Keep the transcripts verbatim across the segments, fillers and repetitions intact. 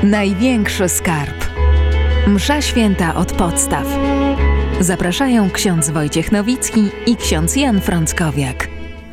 Największy skarb. Msza święta od podstaw. Zapraszają ksiądz Wojciech Nowicki i ksiądz Jan Frąckowiak.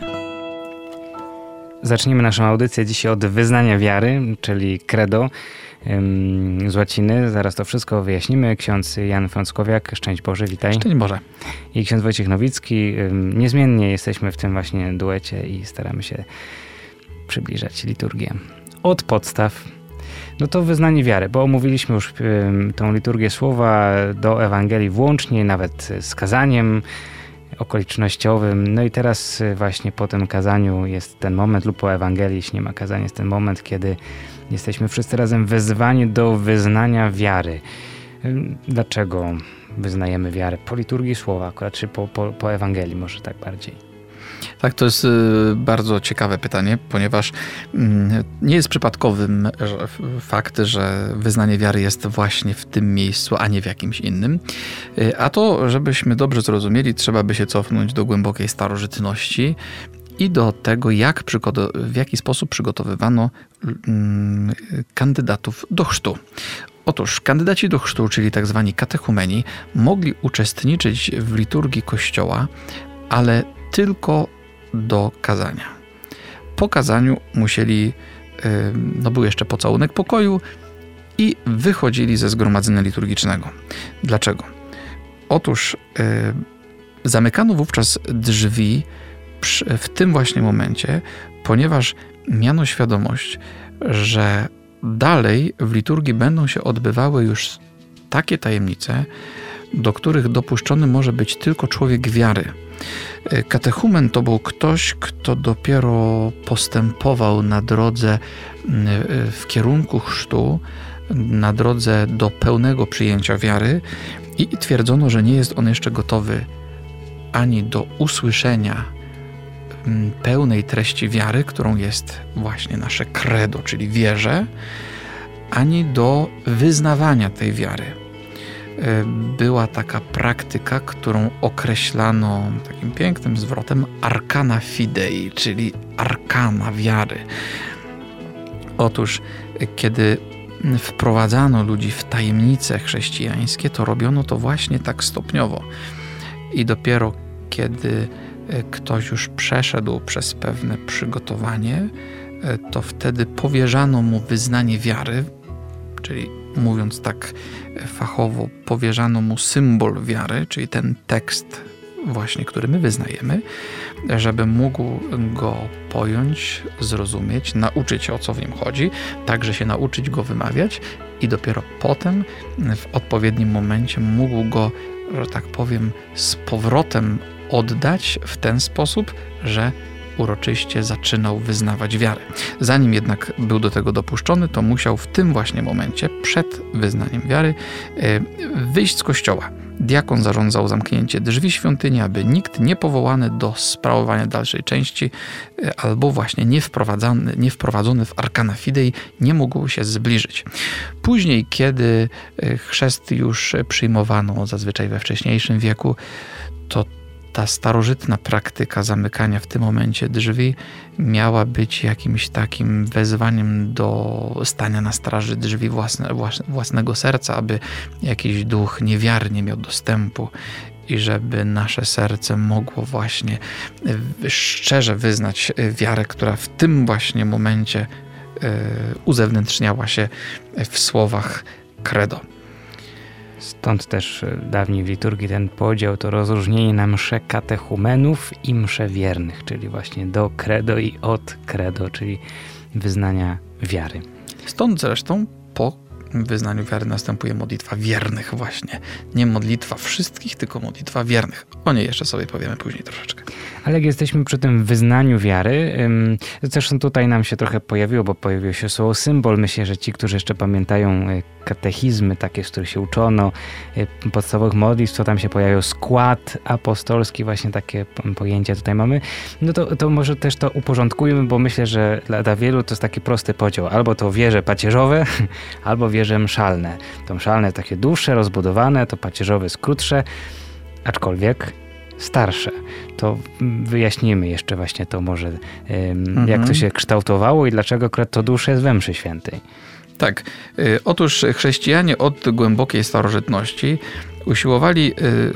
Zacznijmy naszą audycję dzisiaj od wyznania wiary, czyli credo ym, z łaciny. Zaraz to wszystko wyjaśnimy. Ksiądz Jan Frąckowiak, szczęść Boże, witaj. Szczęść Boże. I ksiądz Wojciech Nowicki. Ym, niezmiennie jesteśmy w tym właśnie duecie i staramy się przybliżać liturgię od podstaw. No to wyznanie wiary, bo omówiliśmy już ym, tą liturgię słowa do Ewangelii włącznie, nawet z kazaniem okolicznościowym. No i teraz właśnie po tym kazaniu jest ten moment, lub po Ewangelii, jeśli nie ma kazania, jest ten moment, kiedy jesteśmy wszyscy razem wezwani do wyznania wiary. Dlaczego wyznajemy wiarę? Po liturgii słowa akurat, czy po, po, po Ewangelii może tak bardziej? Tak, to jest bardzo ciekawe pytanie, ponieważ nie jest przypadkowym fakt, że wyznanie wiary jest właśnie w tym miejscu, a nie w jakimś innym. A to, żebyśmy dobrze zrozumieli, trzeba by się cofnąć do głębokiej starożytności i do tego, jak w jaki sposób przygotowywano kandydatów do chrztu. Otóż kandydaci do chrztu, czyli tak zwani katechumeni, mogli uczestniczyć w liturgii Kościoła, ale tylko do kazania. Po kazaniu musieli, no był jeszcze pocałunek pokoju i wychodzili ze zgromadzenia liturgicznego. Dlaczego? Otóż zamykano wówczas drzwi w tym właśnie momencie, ponieważ miano świadomość, że dalej w liturgii będą się odbywały już takie tajemnice, do których dopuszczony może być tylko człowiek wiary. Katechumen to był ktoś, kto dopiero postępował na drodze w kierunku chrztu, na drodze do pełnego przyjęcia wiary i twierdzono, że nie jest on jeszcze gotowy ani do usłyszenia pełnej treści wiary, którą jest właśnie nasze credo, czyli wierzę, ani do wyznawania tej wiary. Była taka praktyka, którą określano takim pięknym zwrotem arcana fidei, czyli arkana wiary. Otóż, kiedy wprowadzano ludzi w tajemnice chrześcijańskie, to robiono to właśnie tak stopniowo. I dopiero kiedy ktoś już przeszedł przez pewne przygotowanie, to wtedy powierzano mu wyznanie wiary, czyli mówiąc tak fachowo, powierzano mu symbol wiary, czyli ten tekst właśnie, który my wyznajemy, żeby mógł go pojąć, zrozumieć, nauczyć się, o co w nim chodzi, także się nauczyć go wymawiać i dopiero potem w odpowiednim momencie mógł go, że tak powiem, z powrotem oddać w ten sposób, że uroczyście zaczynał wyznawać wiarę. Zanim jednak był do tego dopuszczony, to musiał w tym właśnie momencie, przed wyznaniem wiary, wyjść z kościoła. Diakon zarządzał zamknięcie drzwi świątyni, aby nikt niepowołany do sprawowania dalszej części albo właśnie nie wprowadzony, nie wprowadzony w arcana fidei nie mógł się zbliżyć. Później, kiedy chrzest już przyjmowano zazwyczaj we wcześniejszym wieku, to ta starożytna praktyka zamykania w tym momencie drzwi miała być jakimś takim wezwaniem do stania na straży drzwi własne, własnego serca, aby jakiś duch niewiary nie miał dostępu i żeby nasze serce mogło właśnie szczerze wyznać wiarę, która w tym właśnie momencie uzewnętrzniała się w słowach credo. Stąd też dawniej w liturgii ten podział, to rozróżnienie na mszę katechumenów i mszę wiernych, czyli właśnie do credo i od credo, czyli wyznania wiary. Stąd zresztą po wyznaniu wiary następuje modlitwa wiernych właśnie. Nie modlitwa wszystkich, tylko modlitwa wiernych. O niej jeszcze sobie powiemy później troszeczkę. Ale jak jesteśmy przy tym wyznaniu wiary, zresztą tutaj nam się trochę pojawiło, bo pojawiło się słowo symbol. Myślę, że ci, którzy jeszcze pamiętają katechizmy, takie, z których się uczono, podstawowych modlitw, to tam się pojawił skład apostolski, właśnie takie pojęcia tutaj mamy. No to, to może też to uporządkujmy, bo myślę, że dla, dla wielu to jest taki prosty podział. Albo to wierze pacierzowe, albo wierze mszalne. To mszalne takie dłuższe, rozbudowane, to pacierzowe jest krótsze, aczkolwiek starsze. To wyjaśnimy jeszcze właśnie to może, um, mhm. jak to się kształtowało i dlaczego akurat to dłuższe jest we mszy świętej. Tak. Otóż chrześcijanie od głębokiej starożytności usiłowali,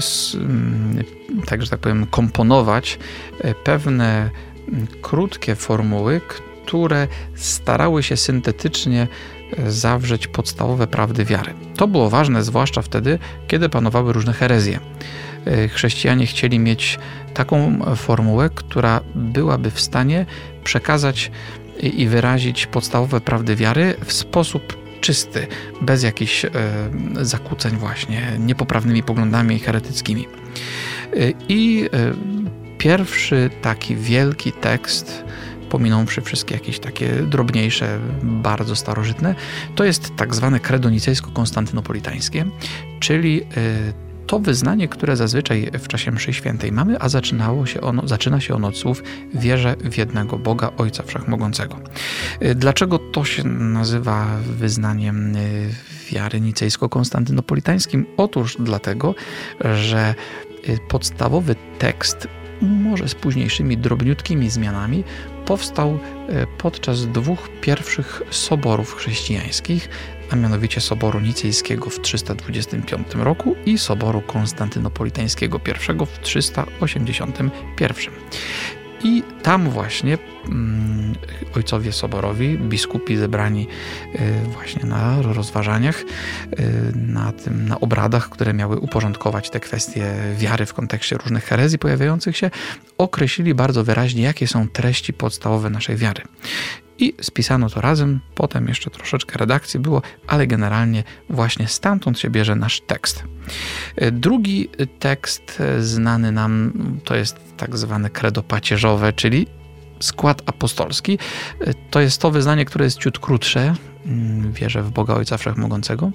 tak że tak powiem, komponować pewne krótkie formuły, które starały się syntetycznie zawrzeć podstawowe prawdy wiary. To było ważne zwłaszcza wtedy, kiedy panowały różne herezje. Chrześcijanie chcieli mieć taką formułę, która byłaby w stanie przekazać i wyrazić podstawowe prawdy wiary w sposób czysty, bez jakichś e, zakłóceń właśnie niepoprawnymi poglądami heretyckimi. E, I e, pierwszy taki wielki tekst, pominąwszy wszystkie jakieś takie drobniejsze, bardzo starożytne, to jest tak zwane credo nicejsko-konstantynopolitańskie, czyli e, to wyznanie, które zazwyczaj w czasie mszy świętej mamy, a zaczynało się ono, zaczyna się ono od słów: wierzę w jednego Boga, Ojca Wszechmogącego. Dlaczego to się nazywa wyznaniem wiary nicejsko-konstantynopolitańskim? Otóż dlatego, że podstawowy tekst, może z późniejszymi drobniutkimi zmianami, powstał podczas dwóch pierwszych soborów chrześcijańskich, a mianowicie Soboru Nicejskiego w trzysta dwudziestym piątym roku i Soboru Konstantynopolitańskiego I w trzysta osiemdziesiątym pierwszym. I tam właśnie mm, ojcowie soborowi, biskupi zebrani y, właśnie na rozważaniach, y, na, tym, na obradach, które miały uporządkować te kwestie wiary w kontekście różnych herezji pojawiających się, określili bardzo wyraźnie, jakie są treści podstawowe naszej wiary. I spisano to razem, potem jeszcze troszeczkę redakcji było, ale generalnie właśnie stamtąd się bierze nasz tekst. Drugi tekst znany nam to jest tak zwane credo pacierzowe, czyli skład apostolski. To jest to wyznanie, które jest ciut krótsze. Wierzę w Boga Ojca Wszechmogącego.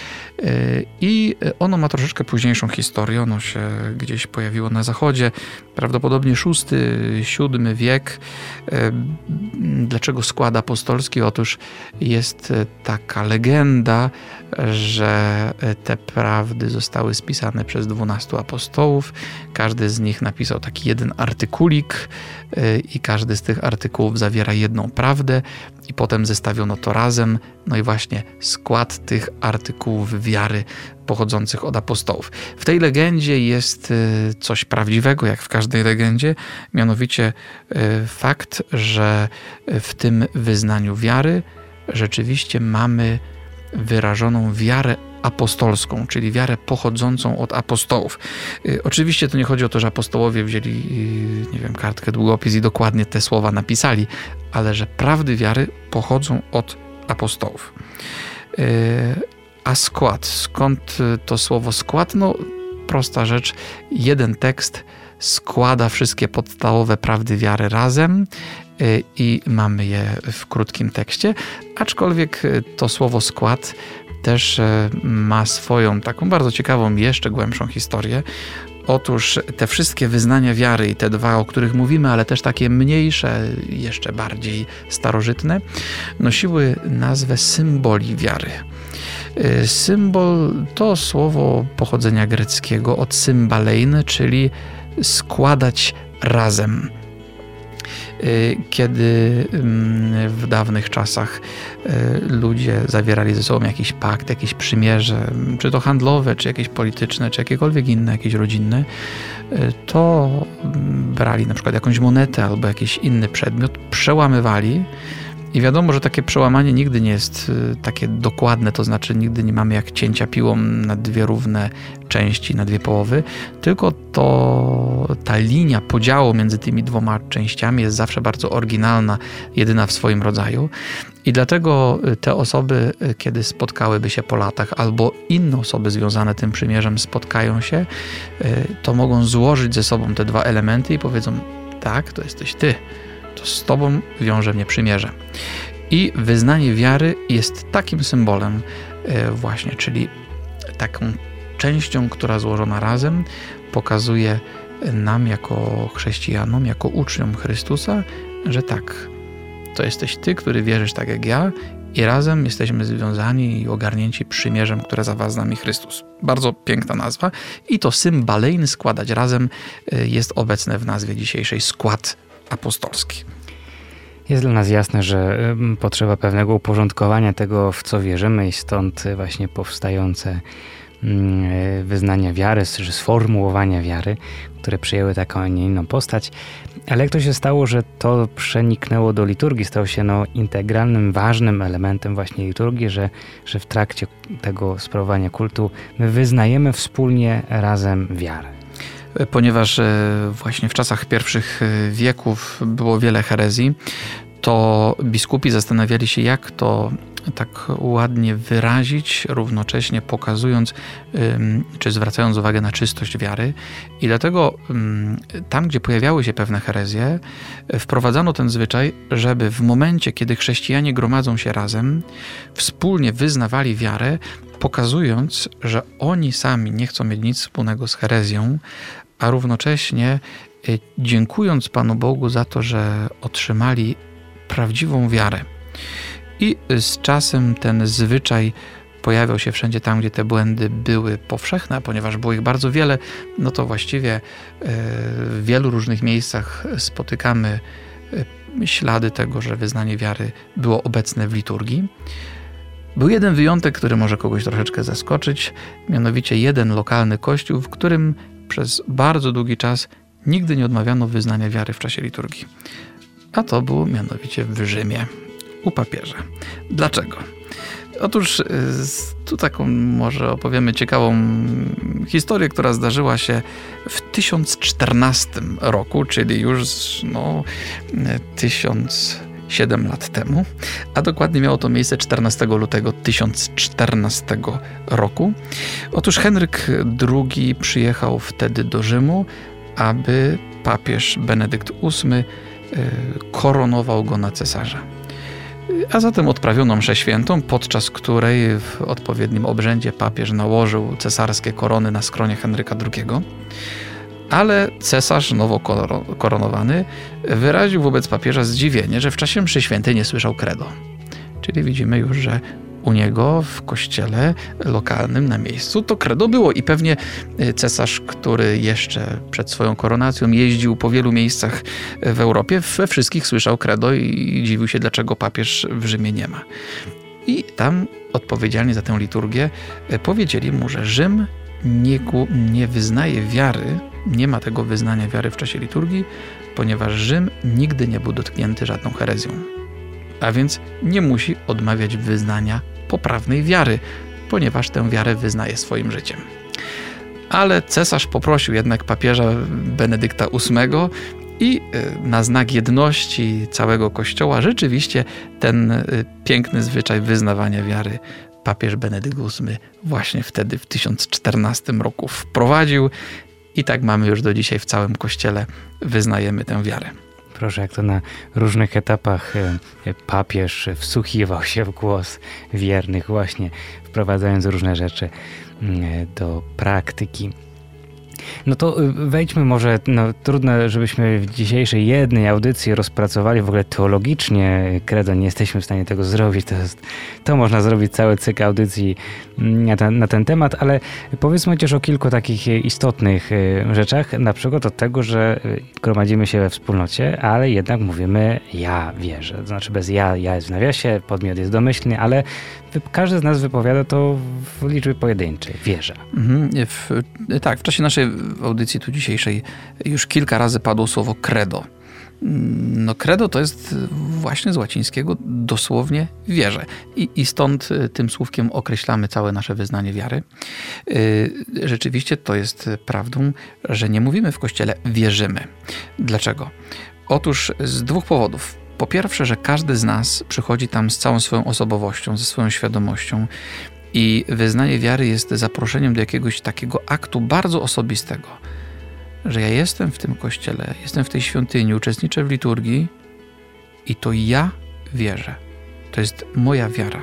I ono ma troszeczkę późniejszą historię. Ono się gdzieś pojawiło na zachodzie, prawdopodobnie szósty, siódmy wiek. Dlaczego skład apostolski? Otóż jest taka legenda, że te prawdy zostały spisane przez dwunastu apostołów. Każdy z nich napisał taki jeden artykulik i każdy z tych artykułów zawiera jedną prawdę i potem zestawiono to razem. No i właśnie skład tych artykułów wiary pochodzących od apostołów. W tej legendzie jest coś prawdziwego, jak w każdej legendzie, mianowicie fakt, że w tym wyznaniu wiary rzeczywiście mamy wyrażoną wiarę apostolską, czyli wiarę pochodzącą od apostołów. Oczywiście to nie chodzi o to, że apostołowie wzięli, nie wiem, kartkę, długopis i dokładnie te słowa napisali, ale że prawdy wiary pochodzą od apostołów. A skład, skąd to słowo skład? No, prosta rzecz, jeden tekst składa wszystkie podstawowe prawdy wiary razem i mamy je w krótkim tekście, aczkolwiek to słowo skład też ma swoją taką bardzo ciekawą, jeszcze głębszą historię. Otóż te wszystkie wyznania wiary i te dwa, o których mówimy, ale też takie mniejsze, jeszcze bardziej starożytne, nosiły nazwę symboli wiary. Symbol to słowo pochodzenia greckiego od symbalein, czyli składać razem. Kiedy w dawnych czasach ludzie zawierali ze sobą jakiś pakt, jakieś przymierze, czy to handlowe, czy jakieś polityczne, czy jakiekolwiek inne, jakieś rodzinne, to brali na przykład jakąś monetę albo jakiś inny przedmiot, przełamywali. I wiadomo, że takie przełamanie nigdy nie jest takie dokładne, to znaczy nigdy nie mamy jak cięcia piłą na dwie równe części, na dwie połowy, tylko to ta linia podziału między tymi dwoma częściami jest zawsze bardzo oryginalna, jedyna w swoim rodzaju. I dlatego te osoby, kiedy spotkałyby się po latach, albo inne osoby związane tym przymierzem spotkają się, to mogą złożyć ze sobą te dwa elementy i powiedzą: tak, to jesteś ty. To z tobą wiąże mnie przymierze. I wyznanie wiary jest takim symbolem właśnie, czyli taką częścią, która złożona razem pokazuje nam jako chrześcijanom, jako uczniom Chrystusa, że tak, to jesteś ty, który wierzysz tak jak ja i razem jesteśmy związani i ogarnięci przymierzem, które zawarł z nami Chrystus. Bardzo piękna nazwa i to symbalein, składać razem, jest obecne w nazwie dzisiejszej skład apostolski. Jest dla nas jasne, że potrzeba pewnego uporządkowania tego, w co wierzymy i stąd właśnie powstające wyznania wiary, czy sformułowania wiary, które przyjęły taką, a nie inną postać. Ale jak to się stało, że to przeniknęło do liturgii, stało się no, integralnym, ważnym elementem właśnie liturgii, że, że w trakcie tego sprawowania kultu my wyznajemy wspólnie razem wiarę. Ponieważ właśnie w czasach pierwszych wieków było wiele herezji, to biskupi zastanawiali się, jak to tak ładnie wyrazić, równocześnie pokazując czy zwracając uwagę na czystość wiary. I dlatego tam, gdzie pojawiały się pewne herezje, wprowadzano ten zwyczaj, żeby w momencie, kiedy chrześcijanie gromadzą się razem, wspólnie wyznawali wiarę, pokazując, że oni sami nie chcą mieć nic wspólnego z herezją, a równocześnie dziękując Panu Bogu za to, że otrzymali prawdziwą wiarę. I z czasem ten zwyczaj pojawiał się wszędzie tam, gdzie te błędy były powszechne, a ponieważ było ich bardzo wiele, no to właściwie w wielu różnych miejscach spotykamy ślady tego, że wyznanie wiary było obecne w liturgii. Był jeden wyjątek, który może kogoś troszeczkę zaskoczyć, mianowicie jeden lokalny kościół, w którym przez bardzo długi czas nigdy nie odmawiano wyznania wiary w czasie liturgii. A to było mianowicie w Rzymie, u papieża. Dlaczego? Otóż tu taką może opowiemy ciekawą historię, która zdarzyła się w tysiąc czternastym roku, czyli już no, tysiąc siedem lat temu, a dokładnie miało to miejsce czternastego lutego tysiąc czternastego roku. Otóż Henryk drugi przyjechał wtedy do Rzymu, aby papież Benedykt ósmy koronował go na cesarza. A zatem odprawiono mszę świętą, podczas której w odpowiednim obrzędzie papież nałożył cesarskie korony na skronie Henryka drugiego, ale cesarz nowo koronowany wyraził wobec papieża zdziwienie, że w czasie mszy świętej nie słyszał credo. Czyli widzimy już, że u niego w kościele lokalnym na miejscu to credo było i pewnie cesarz, który jeszcze przed swoją koronacją jeździł po wielu miejscach w Europie, we wszystkich słyszał credo i dziwił się, dlaczego papież w Rzymie nie ma. I tam odpowiedzialni za tę liturgię powiedzieli mu, że Rzym nie, nie wyznaje wiary, nie ma tego wyznania wiary w czasie liturgii, ponieważ Rzym nigdy nie był dotknięty żadną herezją. A więc nie musi odmawiać wyznania poprawnej wiary, ponieważ tę wiarę wyznaje swoim życiem. Ale cesarz poprosił jednak papieża Benedykta ósmego i na znak jedności całego Kościoła rzeczywiście ten piękny zwyczaj wyznawania wiary papież Benedykt ósmy właśnie wtedy w tysiąc czternastym roku wprowadził i tak mamy już do dzisiaj w całym Kościele, wyznajemy tę wiarę. Proszę, jak to na różnych etapach papież wsłuchiwał się w głos wiernych, właśnie wprowadzając różne rzeczy do praktyki. No to wejdźmy może, no trudno, żebyśmy w dzisiejszej jednej audycji rozpracowali w ogóle teologicznie credo, nie jesteśmy w stanie tego zrobić, to, jest, to można zrobić cały cykl audycji na ten, na ten temat, ale powiedzmy chociaż o kilku takich istotnych rzeczach, na przykład od tego, że gromadzimy się we wspólnocie, ale jednak mówimy ja wierzę, to znaczy bez ja, ja jest w nawiasie, podmiot jest domyślny, ale każdy z nas wypowiada to w liczbie pojedynczej, wierza. Mhm, w, tak, w czasie naszej audycji tu dzisiejszej już kilka razy padło słowo credo. No credo to jest właśnie z łacińskiego dosłownie wierzę. I, i stąd tym słówkiem określamy całe nasze wyznanie wiary. Rzeczywiście to jest prawdą, że nie mówimy w Kościele wierzymy. Dlaczego? Otóż z dwóch powodów. Po pierwsze, że każdy z nas przychodzi tam z całą swoją osobowością, ze swoją świadomością i wyznanie wiary jest zaproszeniem do jakiegoś takiego aktu bardzo osobistego, że ja jestem w tym kościele, jestem w tej świątyni, uczestniczę w liturgii i to ja wierzę. To jest moja wiara.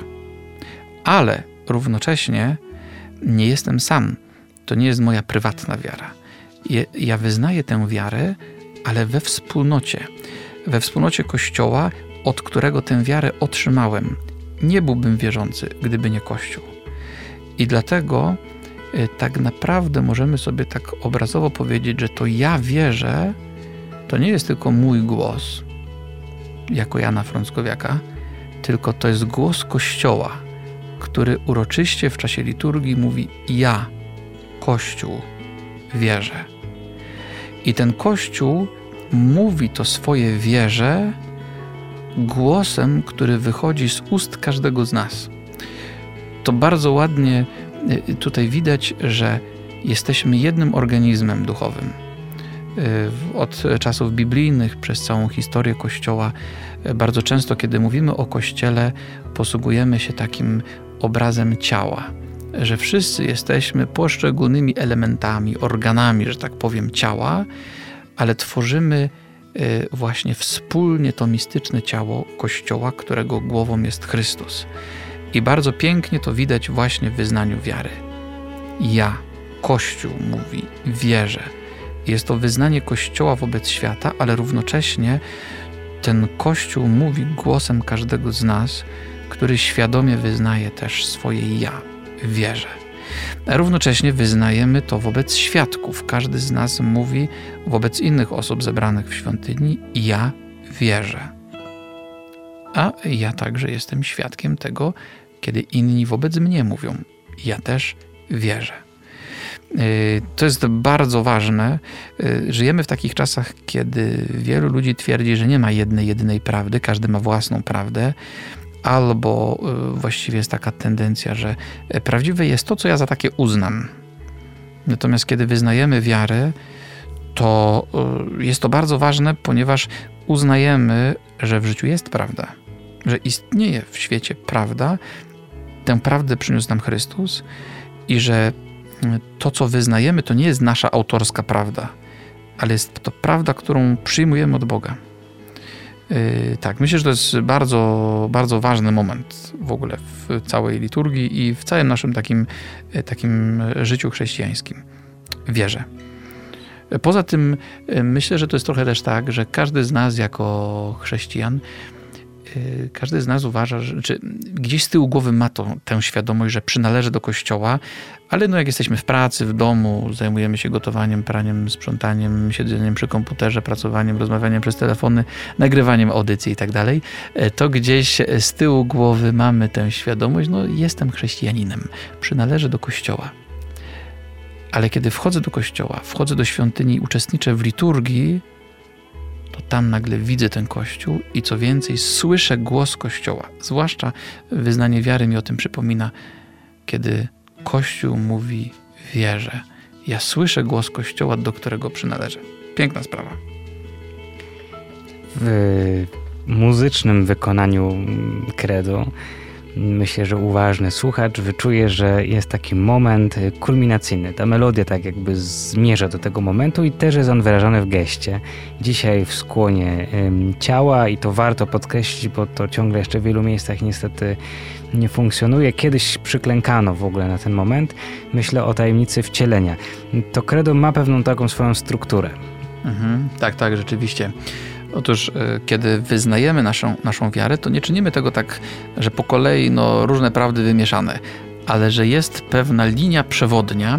Ale równocześnie nie jestem sam. To nie jest moja prywatna wiara. Ja wyznaję tę wiarę, ale we wspólnocie. We wspólnocie Kościoła, od którego tę wiarę otrzymałem. Nie byłbym wierzący, gdyby nie Kościół. I dlatego tak naprawdę możemy sobie tak obrazowo powiedzieć, że to ja wierzę, to nie jest tylko mój głos, jako Jana Frąckowiaka, tylko to jest głos Kościoła, który uroczyście w czasie liturgii mówi: ja, Kościół, wierzę. I ten Kościół mówi to swoje wierzę głosem, który wychodzi z ust każdego z nas. To bardzo ładnie tutaj widać, że jesteśmy jednym organizmem duchowym. Od czasów biblijnych, przez całą historię Kościoła, bardzo często, kiedy mówimy o Kościele, posługujemy się takim obrazem ciała, że wszyscy jesteśmy poszczególnymi elementami, organami, że tak powiem, ciała, ale tworzymy właśnie wspólnie to mistyczne ciało Kościoła, którego głową jest Chrystus. I bardzo pięknie to widać właśnie w wyznaniu wiary. Ja, Kościół, mówi, wierzę. Jest to wyznanie Kościoła wobec świata, ale równocześnie ten Kościół mówi głosem każdego z nas, który świadomie wyznaje też swoje ja, wierzę. A równocześnie wyznajemy to wobec świadków. Każdy z nas mówi wobec innych osób zebranych w świątyni: ja wierzę. A ja także jestem świadkiem tego, kiedy inni wobec mnie mówią: ja też wierzę. To jest bardzo ważne. Żyjemy w takich czasach, kiedy wielu ludzi twierdzi, że nie ma jednej, jedynej prawdy, każdy ma własną prawdę, albo właściwie jest taka tendencja, że prawdziwe jest to, co ja za takie uznam. Natomiast kiedy wyznajemy wiarę, to jest to bardzo ważne, ponieważ uznajemy, że w życiu jest prawda, że istnieje w świecie prawda, tę prawdę przyniósł nam Chrystus i że to, co wyznajemy, to nie jest nasza autorska prawda, ale jest to prawda, którą przyjmujemy od Boga. Yy, tak, myślę, że to jest bardzo, bardzo ważny moment w ogóle w całej liturgii i w całym naszym takim, takim życiu chrześcijańskim. Wierzę. Poza tym myślę, że to jest trochę też tak, że każdy z nas jako chrześcijan, każdy z nas uważa, że czy gdzieś z tyłu głowy ma to, tę świadomość, że przynależy do Kościoła, ale no jak jesteśmy w pracy, w domu, zajmujemy się gotowaniem, praniem, sprzątaniem, siedzeniem przy komputerze, pracowaniem, rozmawianiem przez telefony, nagrywaniem audycji i tak dalej, to gdzieś z tyłu głowy mamy tę świadomość: no jestem chrześcijaninem, przynależę do Kościoła. Ale kiedy wchodzę do Kościoła, wchodzę do świątyni, uczestniczę w liturgii, to tam nagle widzę ten Kościół i co więcej, słyszę głos Kościoła. Zwłaszcza wyznanie wiary mi o tym przypomina, kiedy Kościół mówi: wierzę. Ja słyszę głos Kościoła, do którego przynależę. Piękna sprawa. W muzycznym wykonaniu credo myślę, że uważny słuchacz wyczuje, że jest taki moment kulminacyjny. Ta melodia tak jakby zmierza do tego momentu i też jest on wyrażony w geście. Dzisiaj w skłonie ym, ciała i to warto podkreślić, bo to ciągle jeszcze w wielu miejscach niestety nie funkcjonuje. Kiedyś przyklękano w ogóle na ten moment. Myślę o tajemnicy wcielenia. To credo ma pewną taką swoją strukturę. Mhm, tak, tak, rzeczywiście. Otóż, kiedy wyznajemy naszą, naszą wiarę, to nie czynimy tego tak, że po kolei no, różne prawdy wymieszane, ale że jest pewna linia przewodnia.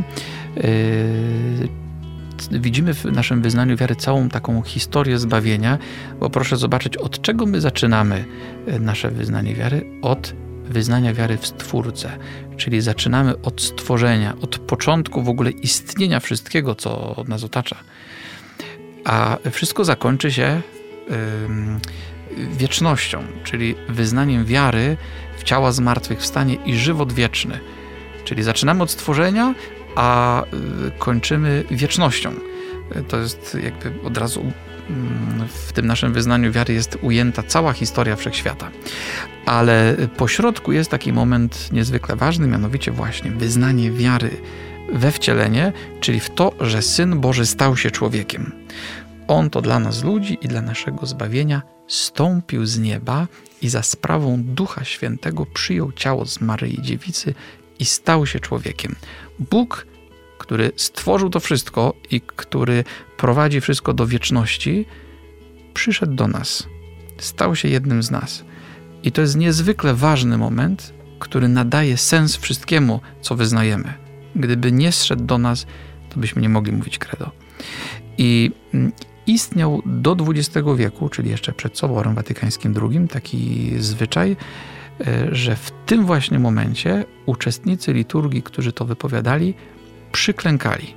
Yy, widzimy w naszym wyznaniu wiary całą taką historię zbawienia, bo proszę zobaczyć, od czego my zaczynamy nasze wyznanie wiary? Od wyznania wiary w Stwórcę, czyli zaczynamy od stworzenia, od początku w ogóle istnienia wszystkiego, co nas otacza. A wszystko zakończy się wiecznością, czyli wyznaniem wiary w ciała zmartwychwstanie i żywot wieczny. Czyli zaczynamy od stworzenia, a kończymy wiecznością. To jest jakby od razu w tym naszym wyznaniu wiary jest ujęta cała historia wszechświata. Ale po środku jest taki moment niezwykle ważny, mianowicie właśnie wyznanie wiary we wcielenie, czyli w to, że Syn Boży stał się człowiekiem. On to dla nas ludzi i dla naszego zbawienia stąpił z nieba i za sprawą Ducha Świętego przyjął ciało z Maryi Dziewicy i stał się człowiekiem. Bóg, który stworzył to wszystko i który prowadzi wszystko do wieczności, przyszedł do nas. Stał się jednym z nas. I to jest niezwykle ważny moment, który nadaje sens wszystkiemu, co wyznajemy. Gdyby nie zszedł do nas, to byśmy nie mogli mówić credo. I istniał do dwudziestego wieku, czyli jeszcze przed Soborem Watykańskim drugim, taki zwyczaj, że w tym właśnie momencie uczestnicy liturgii, którzy to wypowiadali, przyklękali.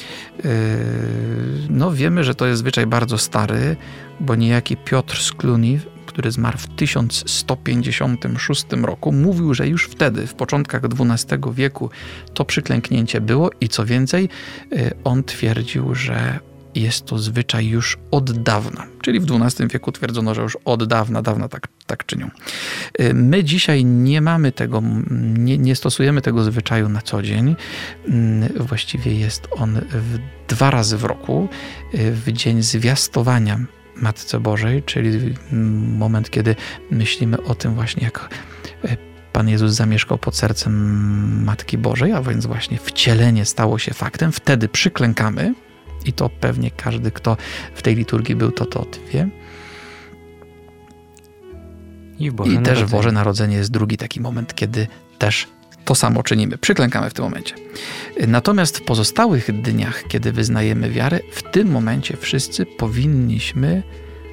No wiemy, że to jest zwyczaj bardzo stary, bo niejaki Piotr z Cluny, który zmarł w tysiąc sto pięćdziesiątym szóstym roku, mówił, że już wtedy, w początkach dwunastego wieku, to przyklęknięcie było i co więcej, on twierdził, że jest to zwyczaj już od dawna. Czyli w dwunastym wieku twierdzono, że już od dawna, dawna tak, tak czynią. My dzisiaj nie mamy tego, nie, nie stosujemy tego zwyczaju na co dzień. Właściwie jest on w, dwa razy w roku, w dzień zwiastowania Matce Bożej, czyli moment, kiedy myślimy o tym właśnie, jak Pan Jezus zamieszkał pod sercem Matki Bożej, a więc właśnie wcielenie stało się faktem. Wtedy przyklękamy i to pewnie każdy, kto w tej liturgii był, to to wie. I, Boże I też Narodzenie. Boże Narodzenie jest drugi taki moment, kiedy też to samo czynimy. Przyklękamy w tym momencie. Natomiast w pozostałych dniach, kiedy wyznajemy wiarę, w tym momencie wszyscy powinniśmy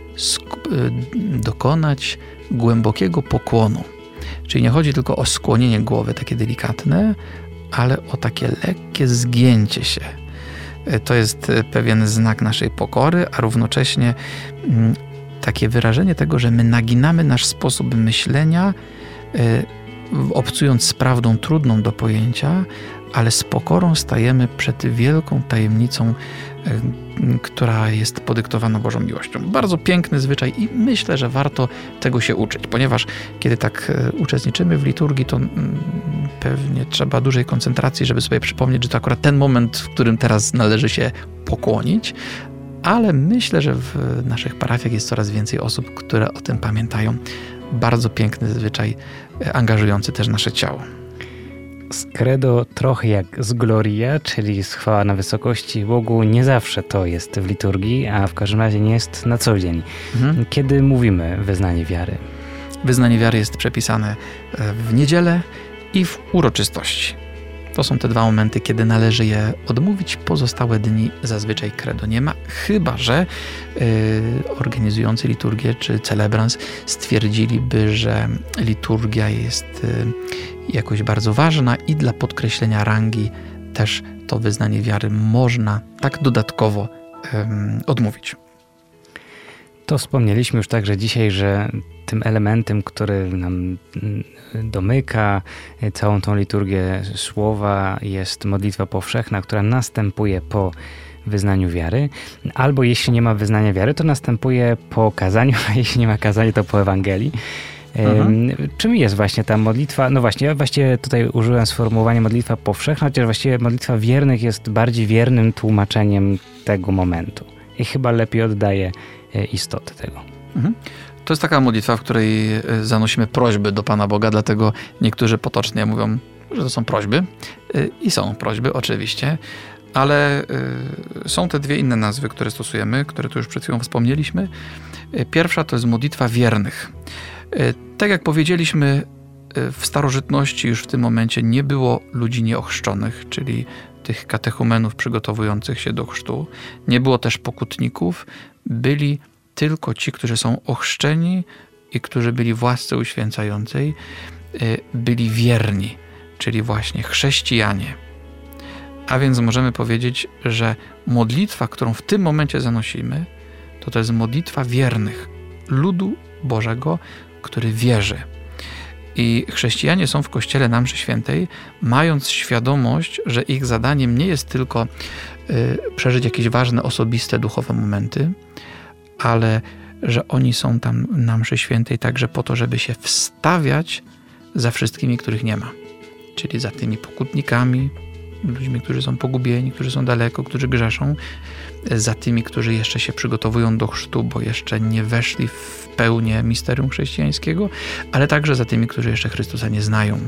dokonać głębokiego pokłonu. Czyli nie chodzi tylko o skłonienie głowy, takie delikatne, ale o takie lekkie zgięcie się. To jest pewien znak naszej pokory, a równocześnie takie wyrażenie tego, że my naginamy nasz sposób myślenia, obcując z prawdą trudną do pojęcia, ale z pokorą stajemy przed wielką tajemnicą, która jest podyktowana Bożą miłością. Bardzo piękny zwyczaj i myślę, że warto tego się uczyć, ponieważ kiedy tak uczestniczymy w liturgii, to pewnie trzeba dużej koncentracji, żeby sobie przypomnieć, że to akurat ten moment, w którym teraz należy się pokłonić, ale myślę, że w naszych parafiach jest coraz więcej osób, które o tym pamiętają. Bardzo piękny zwyczaj, angażujący też nasze ciało. Z credo trochę jak z Gloria, czyli z chwała na wysokości Bogu, nie zawsze to jest w liturgii, a w każdym razie nie jest na co dzień. Mhm. Kiedy mówimy wyznanie wiary? Wyznanie wiary jest przepisane w niedzielę i w uroczystości. To są te dwa momenty, kiedy należy je odmówić. Pozostałe dni zazwyczaj credo nie ma, chyba że yy, organizujący liturgię czy celebrans stwierdziliby, że liturgia jest yy, jakoś bardzo ważna i dla podkreślenia rangi też to wyznanie wiary można tak dodatkowo yy, odmówić. To wspomnieliśmy już także dzisiaj, że tym elementem, który nam domyka całą tą liturgię słowa, jest modlitwa powszechna, która następuje po wyznaniu wiary. Albo jeśli nie ma wyznania wiary, to następuje po kazaniu, a jeśli nie ma kazania, to po Ewangelii. Mhm. Czym jest właśnie ta modlitwa? No właśnie, ja właściwie tutaj użyłem sformułowania modlitwa powszechna, chociaż właściwie modlitwa wiernych jest bardziej wiernym tłumaczeniem tego momentu. I chyba lepiej oddaje istotę tego. Mhm. To jest taka modlitwa, w której zanosimy prośby do Pana Boga, dlatego niektórzy potocznie mówią, że to są prośby. I są prośby, oczywiście, ale są te dwie inne nazwy, które stosujemy, które tu już przed chwilą wspomnieliśmy. Pierwsza to jest modlitwa wiernych. Tak jak powiedzieliśmy, w starożytności już w tym momencie nie było ludzi nieochrzczonych, czyli tych katechumenów przygotowujących się do chrztu. Nie było też pokutników, byli tylko ci, którzy są ochrzczeni i którzy byli w łasce uświęcającej, byli wierni, czyli właśnie chrześcijanie. A więc możemy powiedzieć, że modlitwa, którą w tym momencie zanosimy, to to jest modlitwa wiernych, ludu Bożego, który wierzy. I chrześcijanie są w Kościele na mszy świętej, mając świadomość, że ich zadaniem nie jest tylko y, przeżyć jakieś ważne, osobiste, duchowe momenty, ale że oni są tam na mszy świętej także po to, żeby się wstawiać za wszystkimi, których nie ma. Czyli za tymi pokutnikami, ludźmi, którzy są pogubieni, którzy są daleko, którzy grzeszą, za tymi, którzy jeszcze się przygotowują do chrztu, bo jeszcze nie weszli w pełnię misterium chrześcijańskiego, ale także za tymi, którzy jeszcze Chrystusa nie znają.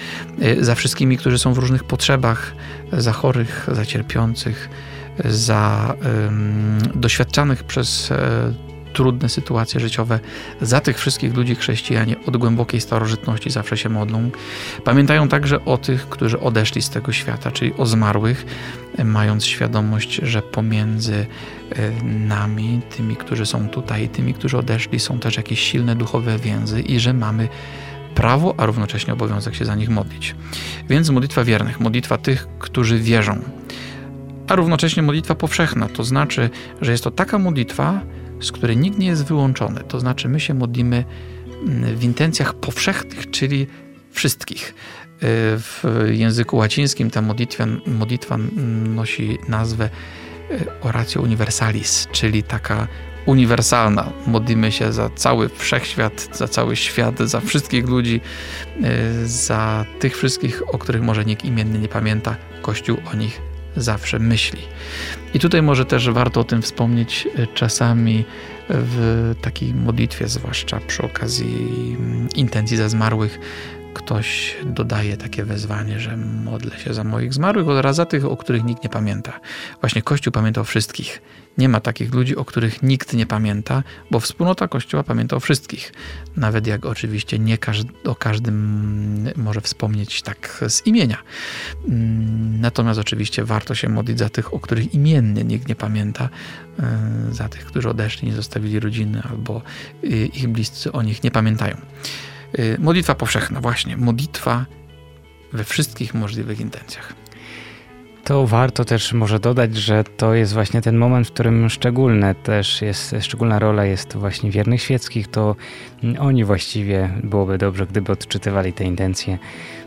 Za wszystkimi, którzy są w różnych potrzebach, za chorych, za cierpiących, za um, doświadczanych przez trudne sytuacje życiowe. Za tych wszystkich ludzi chrześcijanie od głębokiej starożytności zawsze się modlą. Pamiętają także o tych, którzy odeszli z tego świata, czyli o zmarłych, mając świadomość, że pomiędzy nami, tymi, którzy są tutaj i tymi, którzy odeszli, są też jakieś silne duchowe więzy i że mamy prawo, a równocześnie obowiązek się za nich modlić. Więc modlitwa wiernych, modlitwa tych, którzy wierzą, a równocześnie modlitwa powszechna, to znaczy, że jest to taka modlitwa, z której nikt nie jest wyłączony. To znaczy, my się modlimy w intencjach powszechnych, czyli wszystkich. W języku łacińskim ta modlitwa, modlitwa nosi nazwę oratio universalis, czyli taka uniwersalna. Modlimy się za cały wszechświat, za cały świat, za wszystkich ludzi, za tych wszystkich, o których może nikt imiennie nie pamięta. Kościół o nich zawsze myśli. I tutaj może też warto o tym wspomnieć czasami w takiej modlitwie, zwłaszcza przy okazji intencji za zmarłych, ktoś dodaje takie wezwanie, że modlę się za moich zmarłych oraz za tych, o których nikt nie pamięta. Właśnie Kościół pamięta o wszystkich. Nie ma takich ludzi, o których nikt nie pamięta, bo wspólnota Kościoła pamięta o wszystkich. Nawet jak oczywiście nie każdy, o każdym może wspomnieć tak z imienia. Natomiast oczywiście warto się modlić za tych, o których imiennie nikt nie pamięta, za tych, którzy odeszli, nie zostawili rodziny albo ich bliscy o nich nie pamiętają. Modlitwa powszechna, właśnie. Modlitwa we wszystkich możliwych intencjach. To warto też może dodać, że to jest właśnie ten moment, w którym szczególne też jest, szczególna rola jest właśnie wiernych świeckich. To oni właściwie byłoby dobrze, gdyby odczytywali te intencje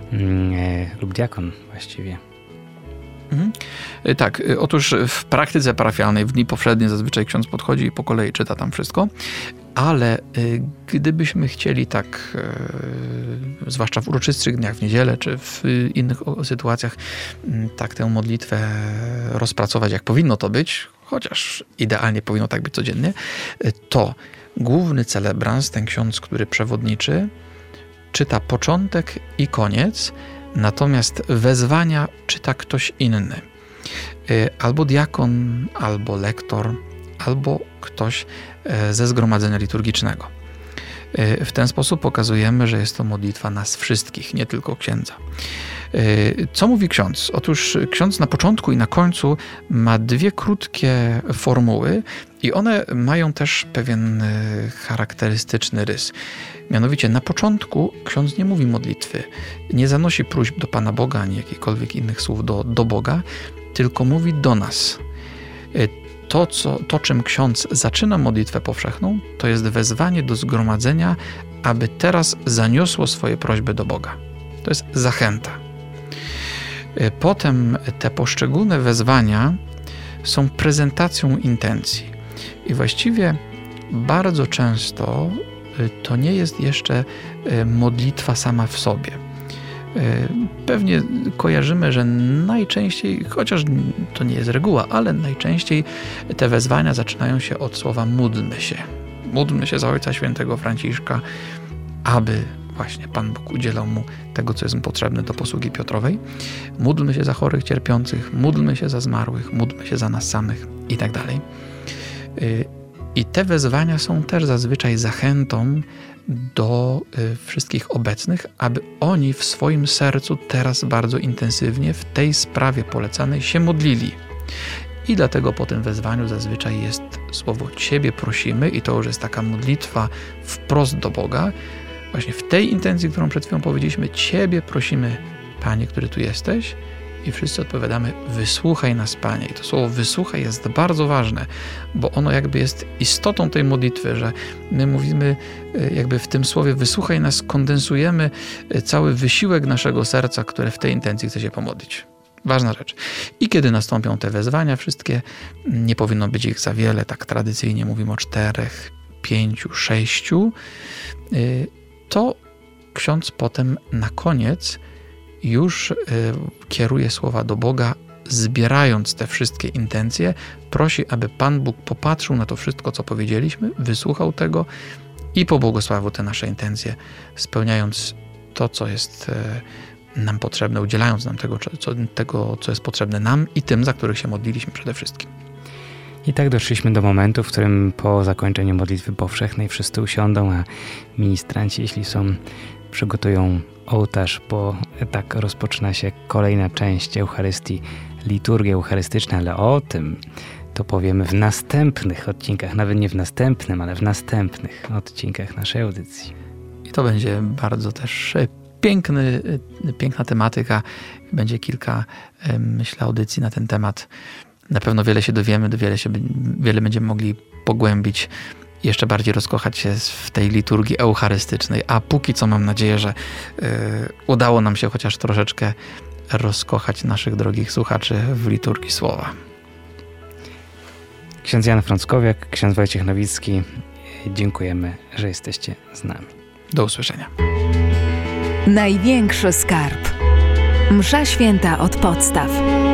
lub diakon właściwie. Mhm. Tak, otóż w praktyce parafialnej w dni powszednie zazwyczaj ksiądz podchodzi i po kolei czyta tam wszystko, ale gdybyśmy chcieli tak, zwłaszcza w uroczystych dniach, w niedzielę czy w innych sytuacjach, tak tę modlitwę rozpracować, jak powinno to być, chociaż idealnie powinno tak być codziennie, to główny celebrans, ten ksiądz, który przewodniczy, czyta początek i koniec, natomiast wezwania czyta ktoś inny. Albo diakon, albo lektor, albo ktoś ze zgromadzenia liturgicznego. W ten sposób pokazujemy, że jest to modlitwa nas wszystkich, nie tylko księdza. Co mówi ksiądz? Otóż ksiądz na początku i na końcu ma dwie krótkie formuły i one mają też pewien charakterystyczny rys. Mianowicie na początku ksiądz nie mówi modlitwy, nie zanosi próśb do Pana Boga, ani jakichkolwiek innych słów do, do Boga, tylko mówi do nas. To, co, to, czym ksiądz zaczyna modlitwę powszechną, to jest wezwanie do zgromadzenia, aby teraz zaniosło swoje prośby do Boga. To jest zachęta. Potem te poszczególne wezwania są prezentacją intencji. I właściwie bardzo często to nie jest jeszcze modlitwa sama w sobie. Pewnie kojarzymy, że najczęściej, chociaż to nie jest reguła, ale najczęściej te wezwania zaczynają się od słowa módlmy się. Módlmy się za Ojca Świętego Franciszka, aby właśnie Pan Bóg udzielał mu tego, co jest mu potrzebne do posługi Piotrowej. Módlmy się za chorych, cierpiących, módlmy się za zmarłych, módlmy się za nas samych i tak dalej. I te wezwania są też zazwyczaj zachętą do wszystkich obecnych, aby oni w swoim sercu teraz bardzo intensywnie w tej sprawie polecanej się modlili. I dlatego po tym wezwaniu zazwyczaj jest słowo Ciebie prosimy i to już jest taka modlitwa wprost do Boga. Właśnie w tej intencji, którą przed chwilą powiedzieliśmy, Ciebie prosimy, Panie, który tu jesteś. I wszyscy odpowiadamy, wysłuchaj nas, Panie. I to słowo wysłuchaj jest bardzo ważne, bo ono jakby jest istotą tej modlitwy, że my mówimy jakby w tym słowie wysłuchaj nas, kondensujemy cały wysiłek naszego serca, które w tej intencji chce się pomodlić. Ważna rzecz. I kiedy nastąpią te wezwania wszystkie, nie powinno być ich za wiele, tak tradycyjnie mówimy o czterech, pięciu, sześciu, to ksiądz potem na koniec już y, kieruje słowa do Boga, zbierając te wszystkie intencje, prosi, aby Pan Bóg popatrzył na to wszystko, co powiedzieliśmy, wysłuchał tego i pobłogosławił te nasze intencje, spełniając to, co jest y, nam potrzebne, udzielając nam tego co, tego, co jest potrzebne nam i tym, za których się modliliśmy przede wszystkim. I tak doszliśmy do momentu, w którym po zakończeniu modlitwy powszechnej wszyscy usiądą, a ministranci, jeśli są, przygotują ołtarz, bo tak rozpoczyna się kolejna część Eucharystii, liturgia eucharystyczna, ale o tym to powiemy w następnych odcinkach, nawet nie w następnym, ale w następnych odcinkach naszej audycji. I to będzie bardzo też piękny, piękna tematyka. Będzie kilka, myślę, audycji na ten temat. Na pewno wiele się dowiemy, wiele, się, wiele będziemy mogli pogłębić, jeszcze bardziej rozkochać się w tej liturgii eucharystycznej. A póki co mam nadzieję, że y, udało nam się chociaż troszeczkę rozkochać naszych drogich słuchaczy w liturgii słowa. Ksiądz Jan Frąckowiak, ksiądz Wojciech Nowicki, dziękujemy, że jesteście z nami. Do usłyszenia. Największy skarb. Msza święta od podstaw.